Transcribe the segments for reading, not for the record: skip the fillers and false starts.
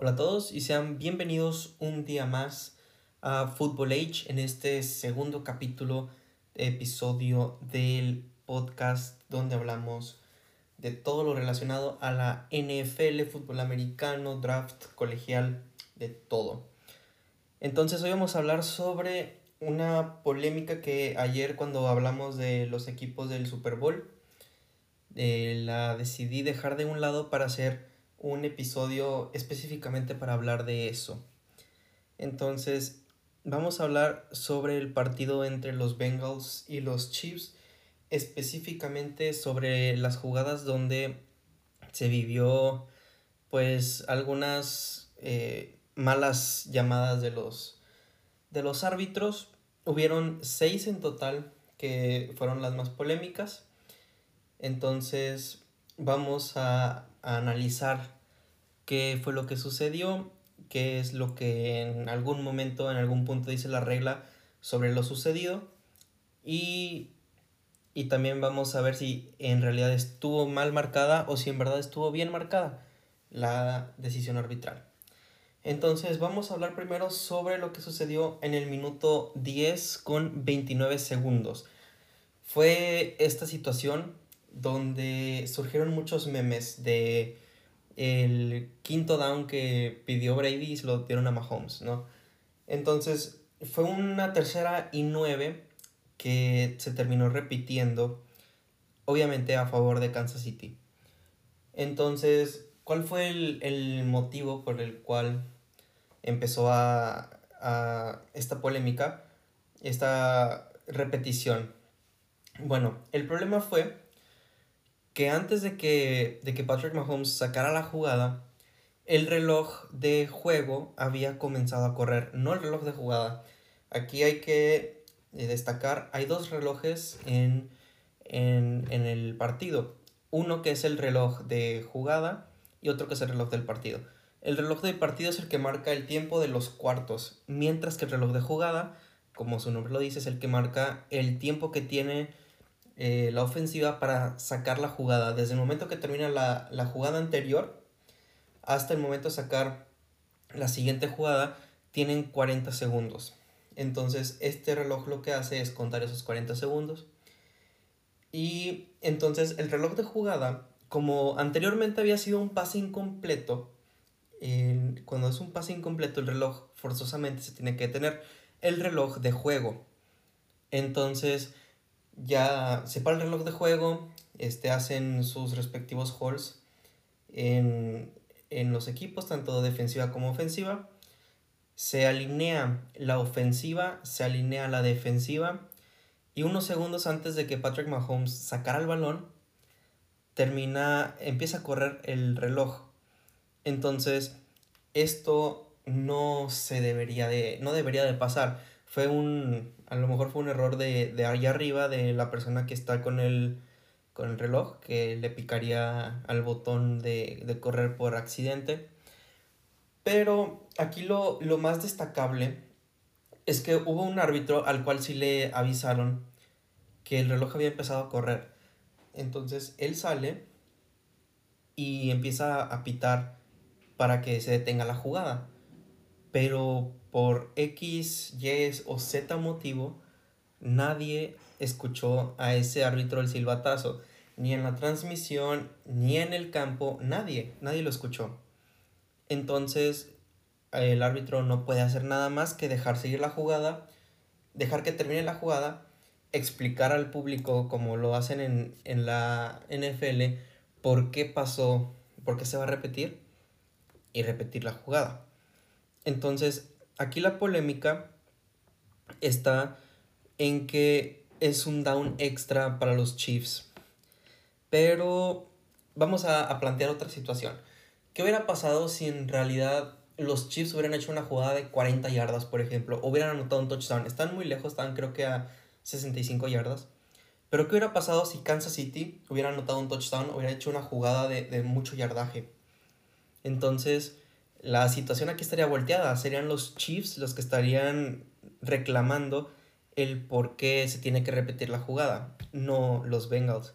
Hola a todos y sean bienvenidos un día más a Football Age en este segundo capítulo, episodio del podcast donde hablamos de todo lo relacionado a la NFL, fútbol americano, draft, colegial, de todo. Entonces hoy vamos a hablar sobre una polémica que ayer cuando hablamos de los equipos del Super Bowl, la decidí dejar de un lado para hacer un episodio específicamente para hablar de eso. Entonces, vamos a hablar sobre el partido entre los Bengals y los Chiefs, específicamente sobre las jugadas donde se vivió pues algunas malas llamadas de los árbitros. Hubieron 6 en total que fueron las más polémicas. Entonces vamos a analizar qué fue lo que sucedió, qué es lo que en algún momento, en algún punto dice la regla sobre lo sucedido y, y también vamos a ver si en realidad estuvo mal marcada o si en verdad estuvo bien marcada la decisión arbitral. Entonces vamos a hablar primero sobre lo que sucedió en el minuto 10 con 29 segundos. Fue esta situación donde surgieron muchos memes de el quinto down que pidió Brady y se lo dieron a Mahomes, ¿no? Entonces fue una 3.y 9 que se terminó repitiendo, obviamente a favor de Kansas City. Entonces, ¿cuál fue el motivo por el cual empezó a esta polémica, esta repetición? Bueno, el problema fue que antes de que Patrick Mahomes sacara la jugada, el reloj de juego había comenzado a correr, no el reloj de jugada. Aquí hay que destacar, hay dos relojes en el partido. Uno que es el reloj de jugada y otro que es el reloj del partido. El reloj del partido es el que marca el tiempo de los cuartos, mientras que el reloj de jugada, como su nombre lo dice, es el que marca el tiempo que tiene la ofensiva para sacar la jugada. Desde el momento que termina la jugada anterior hasta el momento de sacar la siguiente jugada, tienen 40 segundos. Entonces este reloj lo que hace es contar esos 40 segundos. Y entonces el reloj de jugada, como anteriormente había sido un pase incompleto, cuando es un pase incompleto el reloj forzosamente se tiene que detener. El reloj de juego. Entonces ya se para el reloj de juego, hacen sus respectivos holds en los equipos, tanto defensiva como ofensiva. Se alinea la ofensiva, se alinea la defensiva. Y unos segundos antes de que Patrick Mahomes sacara el balón, empieza a correr el reloj. Entonces, esto no debería de pasar. A lo mejor fue un error de allá arriba, de la persona que está con el reloj, que le picaría al botón de correr por accidente. Pero aquí lo más destacable es que hubo un árbitro al cual sí le avisaron que el reloj había empezado a correr. Entonces él sale y empieza a pitar para que se detenga la jugada. Pero por X, Y o Z motivo, nadie escuchó a ese árbitro el silbatazo. Ni en la transmisión, ni en el campo, nadie lo escuchó. Entonces el árbitro no puede hacer nada más que dejar seguir la jugada, dejar que termine la jugada, explicar al público, como lo hacen en la NFL, por qué pasó, por qué se va a repetir y repetir la jugada. Entonces, aquí la polémica está en que es un down extra para los Chiefs. Pero vamos a plantear otra situación. ¿Qué hubiera pasado si en realidad los Chiefs hubieran hecho una jugada de 40 yardas, por ejemplo? Hubieran anotado un touchdown. Están muy lejos, están creo que a 65 yardas. Pero ¿qué hubiera pasado si Kansas City hubiera anotado un touchdown, hubiera hecho una jugada de mucho yardaje? Entonces, la situación aquí estaría volteada. Serían los Chiefs los que estarían reclamando el por qué se tiene que repetir la jugada, no los Bengals.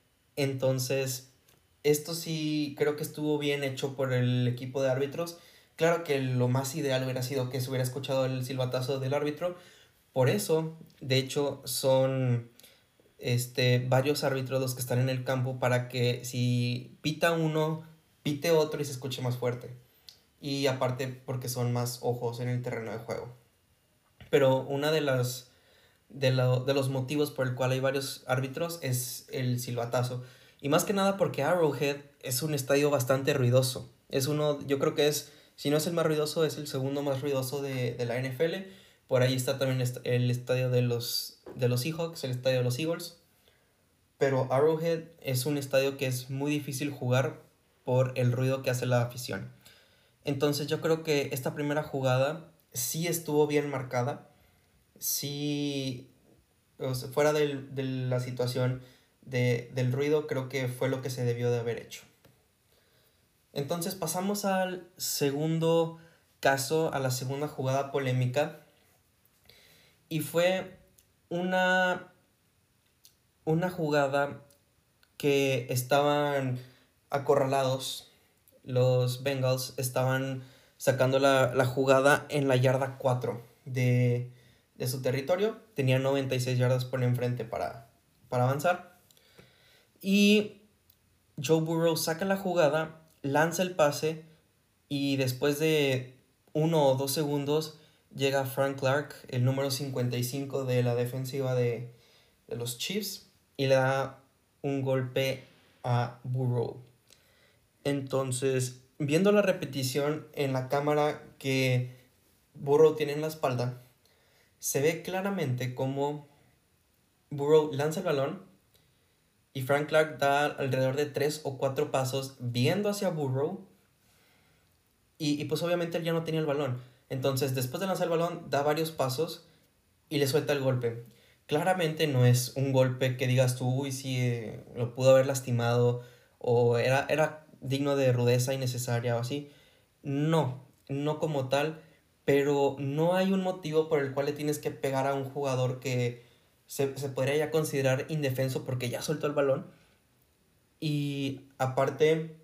Entonces, esto sí creo que estuvo bien hecho por el equipo de árbitros, Claro que lo más ideal hubiera sido que se hubiera escuchado el silbatazo del árbitro. Por eso, de hecho, son varios árbitros los que están en el campo para que si pita uno, pite otro y se escuche más fuerte. Y aparte porque son más ojos en el terreno de juego. Pero una de los motivos por el cual hay varios árbitros es el silbatazo. Y más que nada porque Arrowhead es un estadio bastante ruidoso. Es uno, yo creo que es, si no es el más ruidoso, es el segundo más ruidoso de la NFL. Por ahí está también el estadio de los Seahawks, el estadio de los Eagles. Pero Arrowhead es un estadio que es muy difícil jugar por el ruido que hace la afición. Entonces yo creo que esta primera jugada sí estuvo bien marcada. Sí, o sea, fuera de la situación del ruido, creo que fue lo que se debió de haber hecho. Entonces pasamos al segundo caso, a la segunda jugada polémica. Y fue una jugada que estaban acorralados. Los Bengals estaban sacando la jugada en la yarda 4 de su territorio. Tenían 96 yardas por enfrente para avanzar. Y Joe Burrow saca la jugada, lanza el pase y después de 1 o 2 segundos llega Frank Clark, el número 55 de la defensiva de los Chiefs, y le da un golpe a Burrow. Entonces, viendo la repetición en la cámara que Burrow tiene en la espalda, se ve claramente cómo Burrow lanza el balón y Frank Clark da alrededor de 3 o 4 pasos viendo hacia Burrow y pues obviamente él ya no tenía el balón. Entonces, después de lanzar el balón, da varios pasos y le suelta el golpe. Claramente no es un golpe que digas tú, uy, sí, lo pudo haber lastimado o era digno de rudeza innecesaria o así. No, no como tal, pero no hay un motivo por el cual le tienes que pegar a un jugador que se podría ya considerar indefenso porque ya soltó el balón. Y aparte,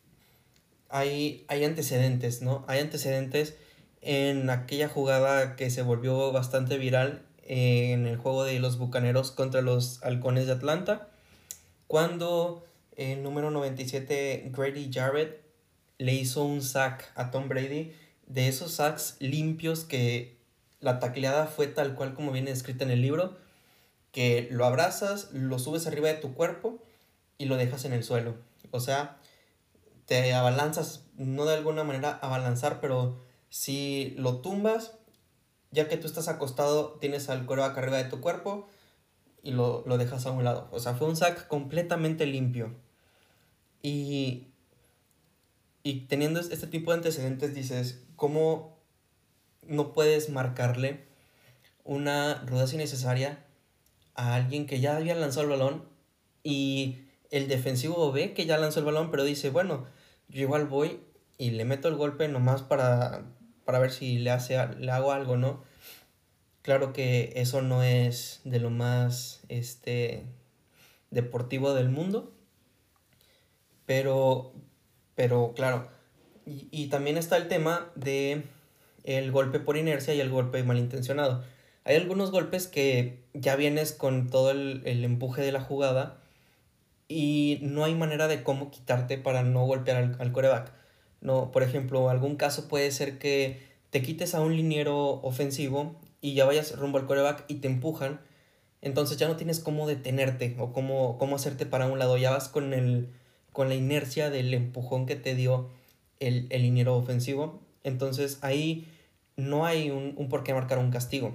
hay antecedentes, ¿no? Hay antecedentes en aquella jugada que se volvió bastante viral en el juego de los Bucaneros contra los Halcones de Atlanta, cuando el número 97 Grady Jarrett le hizo un sack a Tom Brady, de esos sacks limpios que la tacleada fue tal cual como viene escrita en el libro, que lo abrazas, lo subes arriba de tu cuerpo y lo dejas en el suelo. O sea, te abalanzas, no de alguna manera abalanzar, pero si lo tumbas, ya que tú estás acostado, tienes al quarterback arriba de tu cuerpo y lo dejas a un lado. O sea, fue un sack completamente limpio. Y, y teniendo este tipo de antecedentes, dices, ¿cómo no puedes marcarle una rudeza innecesaria a alguien que ya había lanzado el balón y el defensivo ve que ya lanzó el balón, pero dice, bueno, yo igual voy y le meto el golpe nomás para ver si le hago algo, ¿no? Claro que eso no es de lo más deportivo del mundo, pero, pero claro, y también está el tema de el golpe por inercia y el golpe malintencionado. Hay algunos golpes que ya vienes con todo el empuje de la jugada y no hay manera de cómo quitarte para no golpear al quarterback. No, por ejemplo, algún caso puede ser que te quites a un liniero ofensivo y ya vayas rumbo al quarterback y te empujan, entonces ya no tienes cómo detenerte o cómo hacerte para un lado, ya vas con la inercia del empujón que te dio el liniero ofensivo, entonces ahí no hay un por qué marcar un castigo.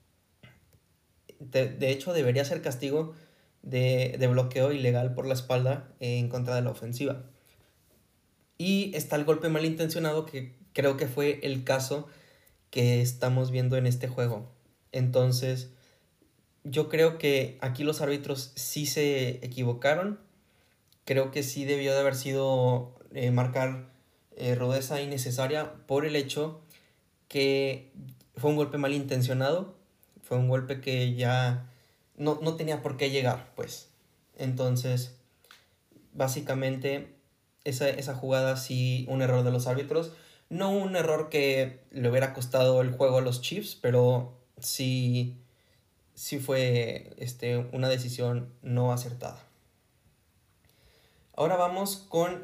De hecho, debería ser castigo de bloqueo ilegal por la espalda en contra de la ofensiva. Y está el golpe malintencionado, que creo que fue el caso que estamos viendo en este juego. Entonces, yo creo que aquí los árbitros sí se equivocaron. Creo que sí debió de haber sido marcar rudeza innecesaria por el hecho que fue un golpe malintencionado. Fue un golpe que ya no tenía por qué llegar, pues. Entonces, básicamente, esa jugada sí, un error de los árbitros. No un error que le hubiera costado el juego a los Chiefs, pero sí fue una decisión no acertada. Ahora vamos con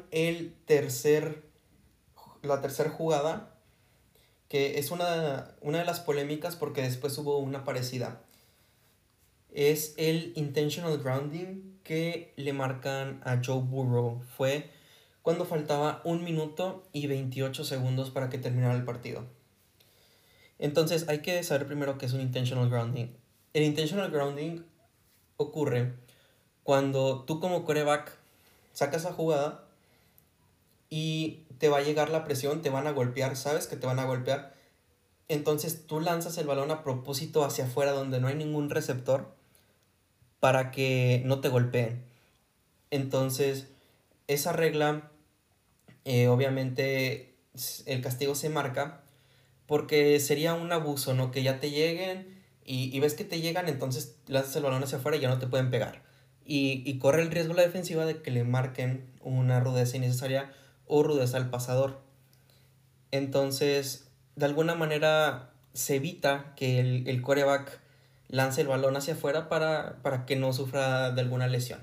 la tercera jugada, que es una de las polémicas porque después hubo una parecida. Es el intentional grounding que le marcan a Joe Burrow. Fue cuando faltaba 1 minuto y 28 segundos para que terminara el partido. Entonces hay que saber primero qué es un intentional grounding. El intentional grounding ocurre cuando tú como quarterback sacas la jugada y te va a llegar la presión, te van a golpear, sabes que te van a golpear. Entonces tú lanzas el balón a propósito hacia afuera donde no hay ningún receptor para que no te golpeen. Entonces esa regla, obviamente el castigo se marca porque sería un abuso, ¿no? Que ya te lleguen y ves que te llegan, entonces lanzas el balón hacia afuera y ya no te pueden pegar. Y corre el riesgo la defensiva de que le marquen una rudeza innecesaria o rudeza al pasador. Entonces, de alguna manera se evita que el quarterback lance el balón hacia afuera para que no sufra de alguna lesión.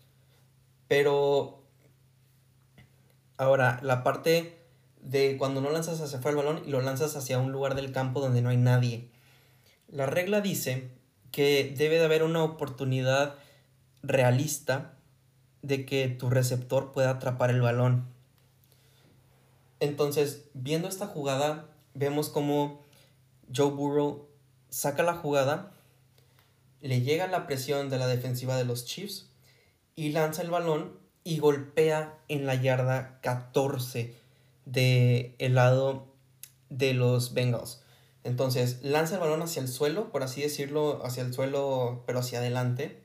Pero ahora, la parte de cuando no lanzas hacia afuera el balón y lo lanzas hacia un lugar del campo donde no hay nadie. La regla dice que debe de haber una oportunidad realista de que tu receptor pueda atrapar el balón. Entonces, viendo esta jugada, vemos como Joe Burrow saca la jugada, le llega la presión de la defensiva de los Chiefs y lanza el balón y golpea en la yarda 14 del lado de los Bengals. Entonces lanza el balón hacia el suelo, por así decirlo, hacia el suelo, pero hacia adelante,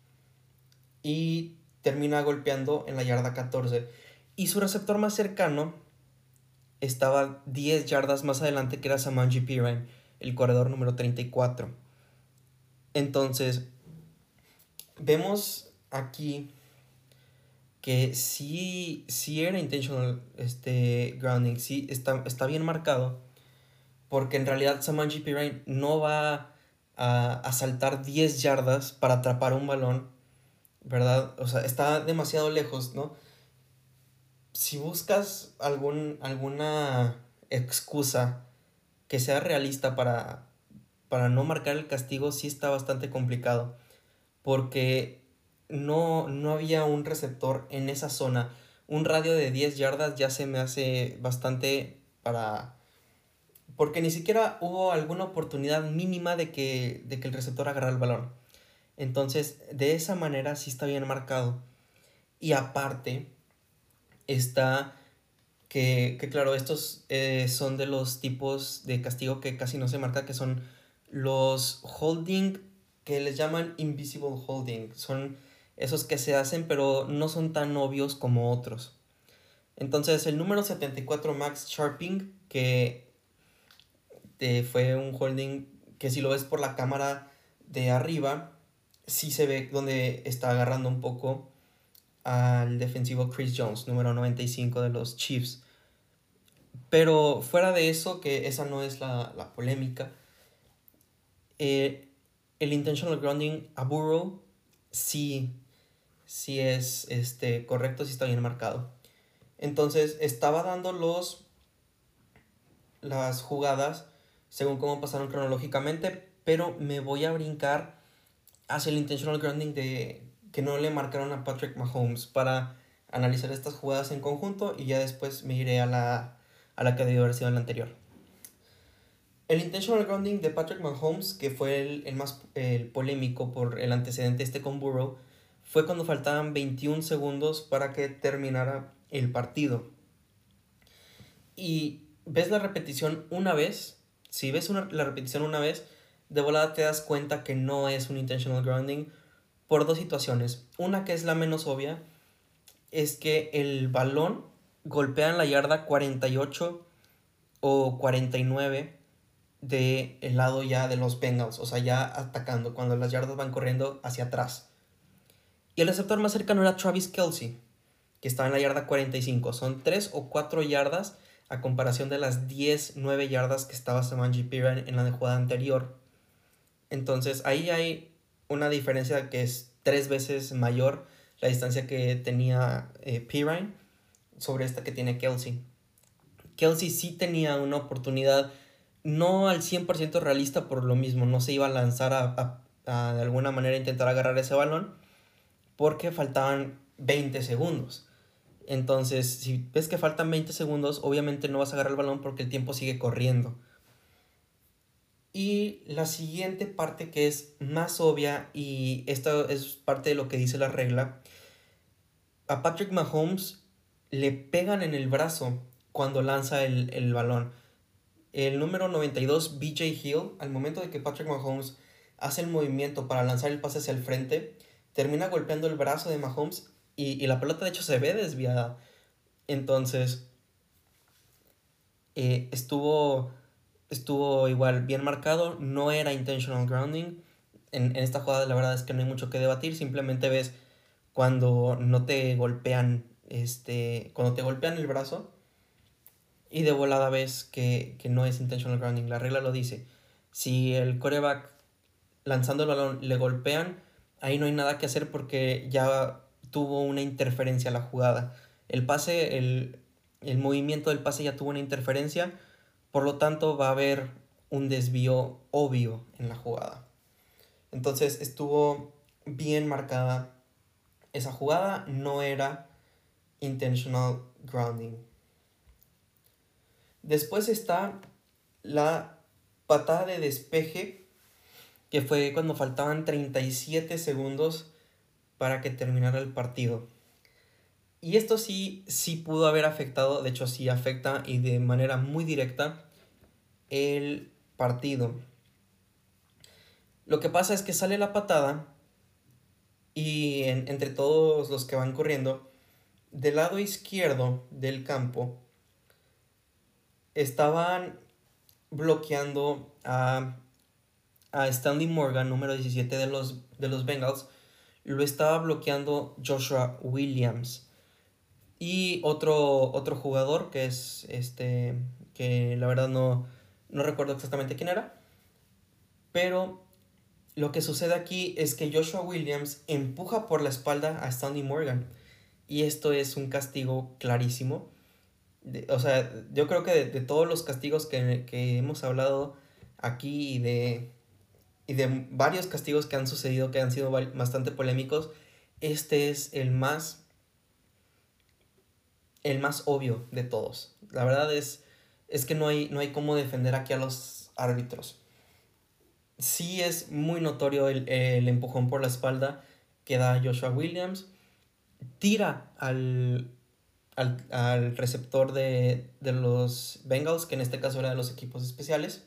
y termina golpeando en la yarda 14. Y su receptor más cercano estaba 10 yardas más adelante, que era Samaje Perine, el corredor número 34. Entonces, vemos aquí que sí era intentional grounding, sí está bien marcado, porque en realidad Samaje Perine no va a saltar 10 yardas para atrapar un balón, ¿verdad? O sea, está demasiado lejos, ¿no? Si buscas alguna excusa que sea realista para no marcar el castigo, sí está bastante complicado, porque no había un receptor en esa zona. Un radio de 10 yardas ya se me hace bastante porque ni siquiera hubo alguna oportunidad mínima de que el receptor agarrara el balón. Entonces, de esa manera sí está bien marcado. Y aparte, está claro, estos son de los tipos de castigo que casi no se marca, que son los holding, que les llaman invisible holding. Son esos que se hacen, pero no son tan obvios como otros. Entonces, el número 74, Max Sharping, que fue un holding que si lo ves por la cámara de arriba, sí se ve donde está agarrando un poco al defensivo Chris Jones, número 95 de los Chiefs. Pero fuera de eso, que esa no es la polémica, el intentional grounding a Burrow sí es correcto, sí está bien marcado. Entonces estaba dando las jugadas según cómo pasaron cronológicamente, pero me voy a brincar hacia el intentional grounding de que no le marcaron a Patrick Mahomes para analizar estas jugadas en conjunto, y ya después me iré a la que debió haber sido en la anterior. El intentional grounding de Patrick Mahomes, que fue el más polémico por el antecedente con Burrow, fue cuando faltaban 21 segundos para que terminara el partido. Y ves la repetición una vez. Si ves la repetición una vez, de volada te das cuenta que no es un intentional grounding por dos situaciones. Una, que es la menos obvia, es que el balón golpea en la yarda 48 o 49 del lado ya de los Bengals, o sea, ya atacando, cuando las yardas van corriendo hacia atrás. Y el receptor más cercano era Travis Kelce, que estaba en la yarda 45. Son 3 o 4 yardas a comparación de las 9 yardas que estaba Samaje Perine en la jugada anterior. Entonces ahí hay una diferencia que es 3 veces mayor la distancia que tenía Perine sobre esta que tiene Kelce. Kelce sí tenía una oportunidad, no al 100% realista por lo mismo, no se iba a lanzar a de alguna manera intentar agarrar ese balón porque faltaban 20 segundos. Entonces, si ves que faltan 20 segundos, obviamente no vas a agarrar el balón porque el tiempo sigue corriendo. Y la siguiente parte que es más obvia, y esta es parte de lo que dice la regla, a Patrick Mahomes le pegan en el brazo cuando lanza el balón. El número 92, BJ Hill, al momento de que Patrick Mahomes hace el movimiento para lanzar el pase hacia el frente, termina golpeando el brazo de Mahomes y la pelota de hecho se ve desviada. Entonces, estuvo igual bien marcado, no era intentional grounding. En esta jugada la verdad es que no hay mucho que debatir, simplemente ves cuando no te golpean, cuando te golpean el brazo y de volada ves que no es intentional grounding. La regla lo dice. Si el quarterback lanzando el balón le golpean, ahí no hay nada que hacer porque ya tuvo una interferencia la jugada. El pase, el movimiento del pase ya tuvo una interferencia, por lo tanto va a haber un desvío obvio en la jugada. Entonces estuvo bien marcada esa jugada, no era intentional grounding. Después está la patada de despeje, que fue cuando faltaban 37 segundos para que terminara el partido. Y esto sí pudo haber afectado, de hecho sí afecta y de manera muy directa el partido. Lo que pasa es que sale la patada y entre todos los que van corriendo, del lado izquierdo del campo, estaban bloqueando a Stanley Morgan, número 17 de los Bengals. Lo estaba bloqueando Joshua Williams. Y otro jugador que es que la verdad no recuerdo exactamente quién era. Pero lo que sucede aquí es que Joshua Williams empuja por la espalda a Stanley Morgan. Y esto es un castigo clarísimo. O sea, yo creo que de todos los castigos que hemos hablado aquí y de varios castigos que han sucedido, que han sido bastante polémicos, este es el más obvio de todos. La verdad es que no hay cómo defender aquí a los árbitros. Sí es muy notorio el empujón por la espalda que da Joshua Williams. Tira al receptor de los Bengals, que en este caso era de los equipos especiales.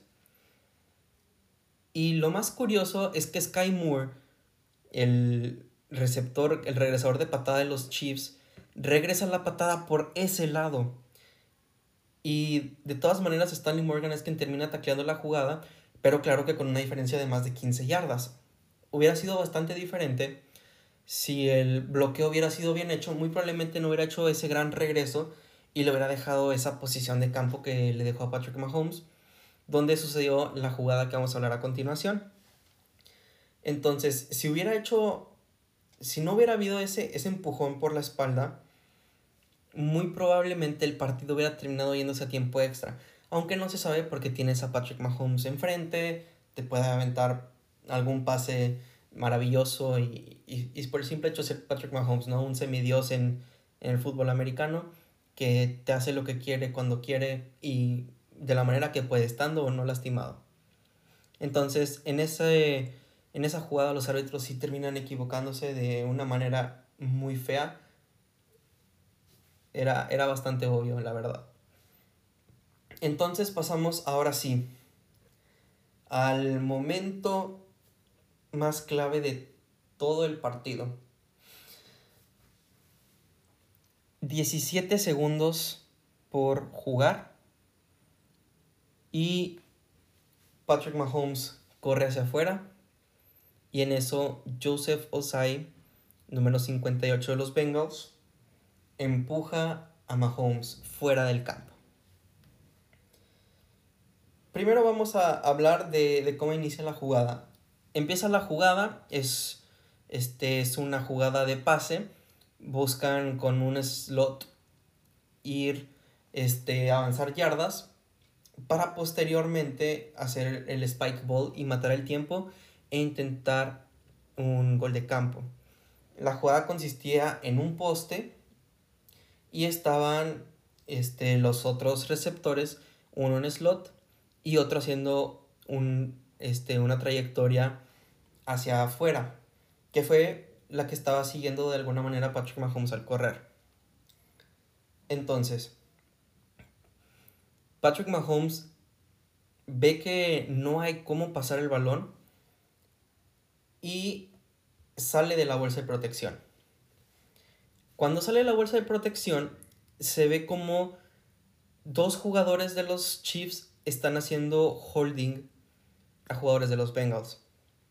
Y lo más curioso es que Sky Moore, el regresador de patada de los Chiefs, regresa la patada por ese lado. Y de todas maneras Stanley Morgan es quien termina tacleando la jugada, pero claro que con una diferencia de más de 15 yardas. Hubiera sido bastante diferente si el bloqueo hubiera sido bien hecho, muy probablemente no hubiera hecho ese gran regreso y le hubiera dejado esa posición de campo que le dejó a Patrick Mahomes, donde sucedió la jugada que vamos a hablar a continuación. Entonces, si no hubiera habido ese empujón por la espalda, muy probablemente el partido hubiera terminado yéndose a tiempo extra. Aunque no se sabe porque tienes a Patrick Mahomes enfrente, te puede aventar algún pase maravilloso y por el simple hecho de ser Patrick Mahomes, ¿no? Un semidios en el fútbol americano que te hace lo que quiere cuando quiere y de la manera que puede, estando o no lastimado. Entonces, en esa jugada los árbitros sí terminan equivocándose de una manera muy fea. Era bastante obvio, la verdad. Entonces pasamos ahora sí al momento más clave de todo el partido. 17 segundos por jugar y Patrick Mahomes corre hacia afuera y en eso Joseph Ossai, número 58 de los Bengals, empuja a Mahomes fuera del campo. primero vamos a hablar de cómo inicia la jugada. Empieza la jugada, es una jugada de pase. Buscan con un slot ir avanzar yardas para posteriormente hacer el spike ball y matar el tiempo e intentar un gol de campo. La jugada consistía en un poste y estaban los otros receptores, uno en slot y otro haciendo una trayectoria hacia afuera, que fue la que estaba siguiendo de alguna manera Patrick Mahomes al correr. Entonces, Patrick Mahomes ve que no hay cómo pasar el balón y sale de la bolsa de protección. Cuando sale de la bolsa de protección, se ve como dos jugadores de los Chiefs están haciendo holding a jugadores de los Bengals.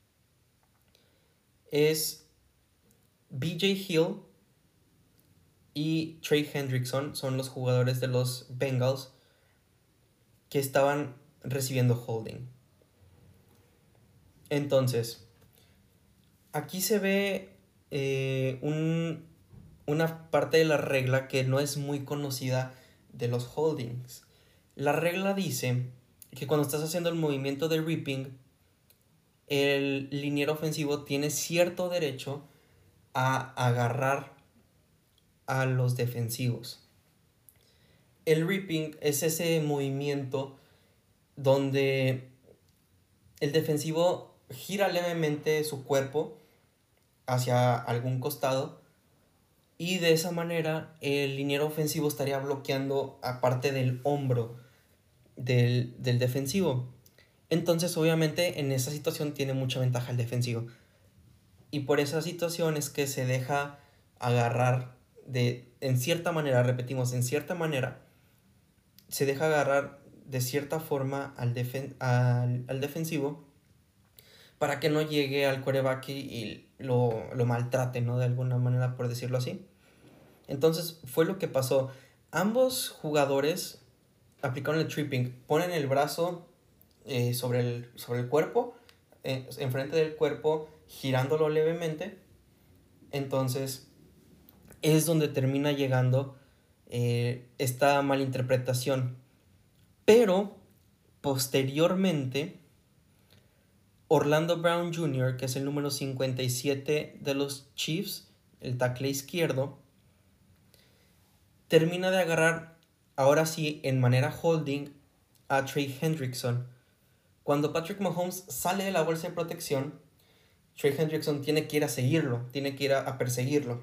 Es BJ Hill y Trey Hendrickson, son los jugadores de los Bengals que estaban recibiendo holding. Entonces, aquí se ve una parte de la regla que no es muy conocida de los holdings. La regla dice que cuando estás haciendo el movimiento de ripping, el liniero ofensivo tiene cierto derecho a agarrar a los defensivos. El ripping es ese movimiento donde el defensivo gira levemente su cuerpo hacia algún costado y de esa manera el liniero ofensivo estaría bloqueando aparte del hombro del defensivo. Entonces obviamente en esa situación tiene mucha ventaja el defensivo. Y por esa situación es que se deja agarrar en cierta manera, repetimos, en cierta manera, se deja agarrar de cierta forma al defensivo para que no llegue al quarterback y lo maltrate, ¿no? De alguna manera, por decirlo así. Entonces fue lo que pasó. Ambos jugadores aplicaron el tripping, ponen el brazo sobre el cuerpo, enfrente del cuerpo, girándolo levemente. Entonces es donde termina llegando esta malinterpretación. Pero posteriormente, Orlando Brown Jr., que es el número 57 de los Chiefs, el tackle izquierdo, termina de agarrar, ahora sí, en manera holding, a Trey Hendrickson. Cuando Patrick Mahomes sale de la bolsa de protección, Trey Hendrickson tiene que ir a seguirlo, tiene que ir a perseguirlo.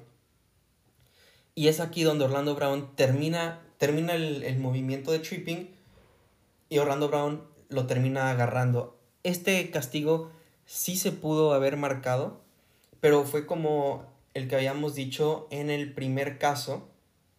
Y es aquí donde Orlando Brown termina el movimiento de tripping y Orlando Brown lo termina agarrando. Este castigo sí se pudo haber marcado, pero fue como el que habíamos dicho en el primer caso,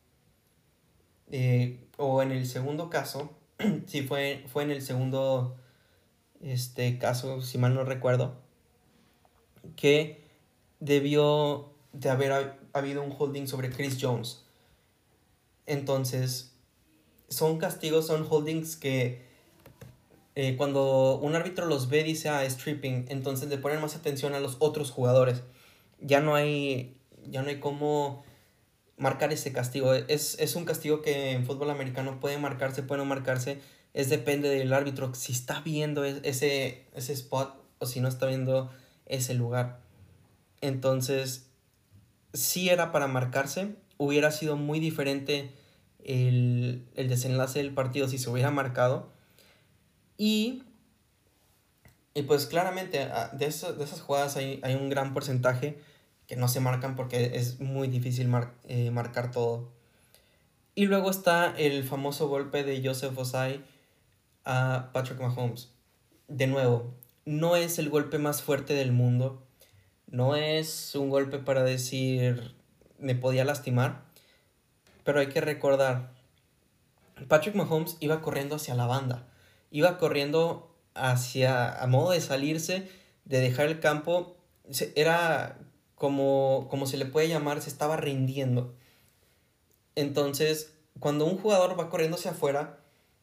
o en el segundo caso, sí fue en el segundo caso, si mal no recuerdo, que debió de haber habido un holding sobre Chris Jones. Entonces, son castigos, son holdings que cuando un árbitro los ve dice, es tripping, entonces le ponen más atención a los otros jugadores. Ya no hay cómo marcar ese castigo. Es un castigo que en fútbol americano puede marcarse, puede no marcarse. Depende del árbitro si está viendo ese spot o si no está viendo ese lugar. Entonces, sí era para marcarse. Hubiera sido muy diferente el desenlace del partido si se hubiera marcado. Y pues claramente de esas jugadas hay un gran porcentaje que no se marcan porque es muy difícil marcar todo. Y luego está el famoso golpe de Joseph Ossai a Patrick Mahomes. De nuevo, no es el golpe más fuerte del mundo. No es un golpe para decir me podía lastimar. Pero hay que recordar, Patrick Mahomes iba corriendo hacia la banda. Iba corriendo a modo de salirse, de dejar el campo. Era como se le puede llamar, se estaba rindiendo. Entonces, cuando un jugador va corriendo hacia afuera,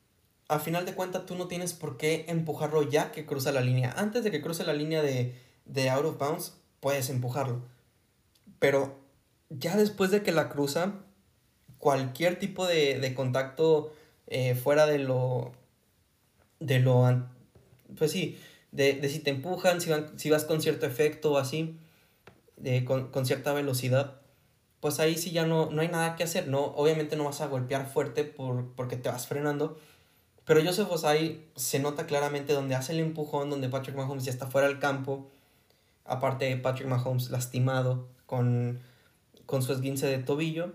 a final de cuentas tú no tienes por qué empujarlo ya que cruza la línea. Antes de que cruce la línea de out of bounds, puedes empujarlo. Pero ya después de que la cruza, cualquier tipo de contacto fuera de lo, pues sí, de si te empujan, si vas con cierto efecto o así, con cierta velocidad, pues ahí sí ya no hay nada que hacer, ¿no? Obviamente no vas a golpear fuerte porque te vas frenando, pero Joseph Ossai se nota claramente donde hace el empujón, donde Patrick Mahomes ya está fuera del campo, aparte de Patrick Mahomes lastimado con su esguince de tobillo.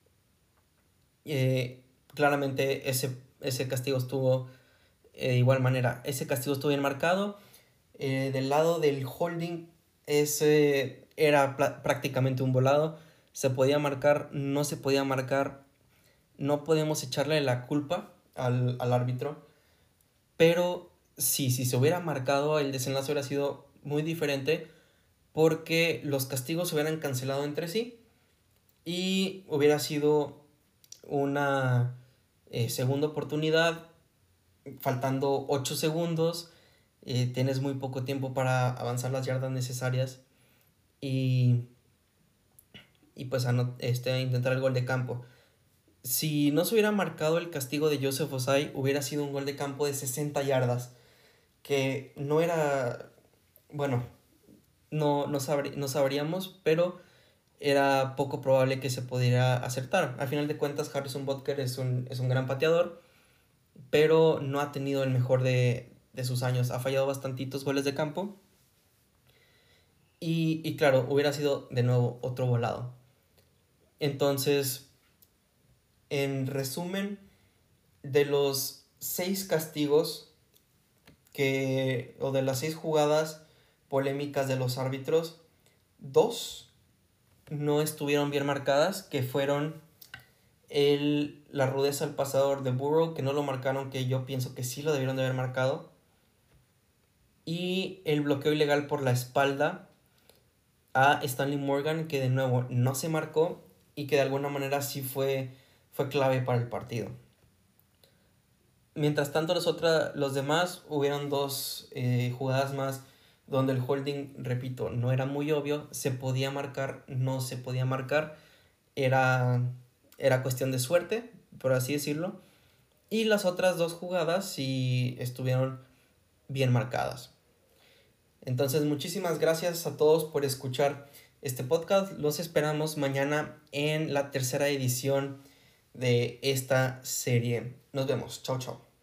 Claramente ese castigo estuvo de igual manera, ese castigo estuvo bien marcado. Del lado del holding, ese era prácticamente un volado. Se podía marcar, no se podía marcar. No podemos echarle la culpa al árbitro. Pero sí, si se hubiera marcado, el desenlace hubiera sido muy diferente. Porque los castigos se hubieran cancelado entre sí. Y hubiera sido una segunda oportunidad. Faltando 8 segundos. Tienes muy poco tiempo para avanzar las yardas necesarias y, y pues intentar el gol de campo. Si no se hubiera marcado el castigo de Joseph Ossai, hubiera sido un gol de campo de 60 yardas, que no era, bueno, no sabríamos, pero era poco probable que se pudiera acertar. Al final de cuentas, Harrison Butker es un gran pateador, pero no ha tenido el mejor de sus años. Ha fallado bastantitos goles de campo. Y claro, hubiera sido de nuevo otro volado. Entonces, en resumen, de los 6 castigos o de las 6 jugadas polémicas de los árbitros, 2 no estuvieron bien marcadas, que fueron la rudeza al pasador de Burrow, que no lo marcaron, que yo pienso que sí lo debieron de haber marcado, y el bloqueo ilegal por la espalda a Stanley Morgan, que de nuevo no se marcó y que de alguna manera sí fue clave para el partido. Mientras tanto, los demás, hubieron 2 jugadas más donde el holding, repito, no era muy obvio, se podía marcar, no se podía marcar, era cuestión de suerte, por así decirlo, y las otras 2 jugadas sí estuvieron bien marcadas. Entonces, muchísimas gracias a todos por escuchar este podcast. Los esperamos mañana en la tercera edición de esta serie. Nos vemos. Chao, chao.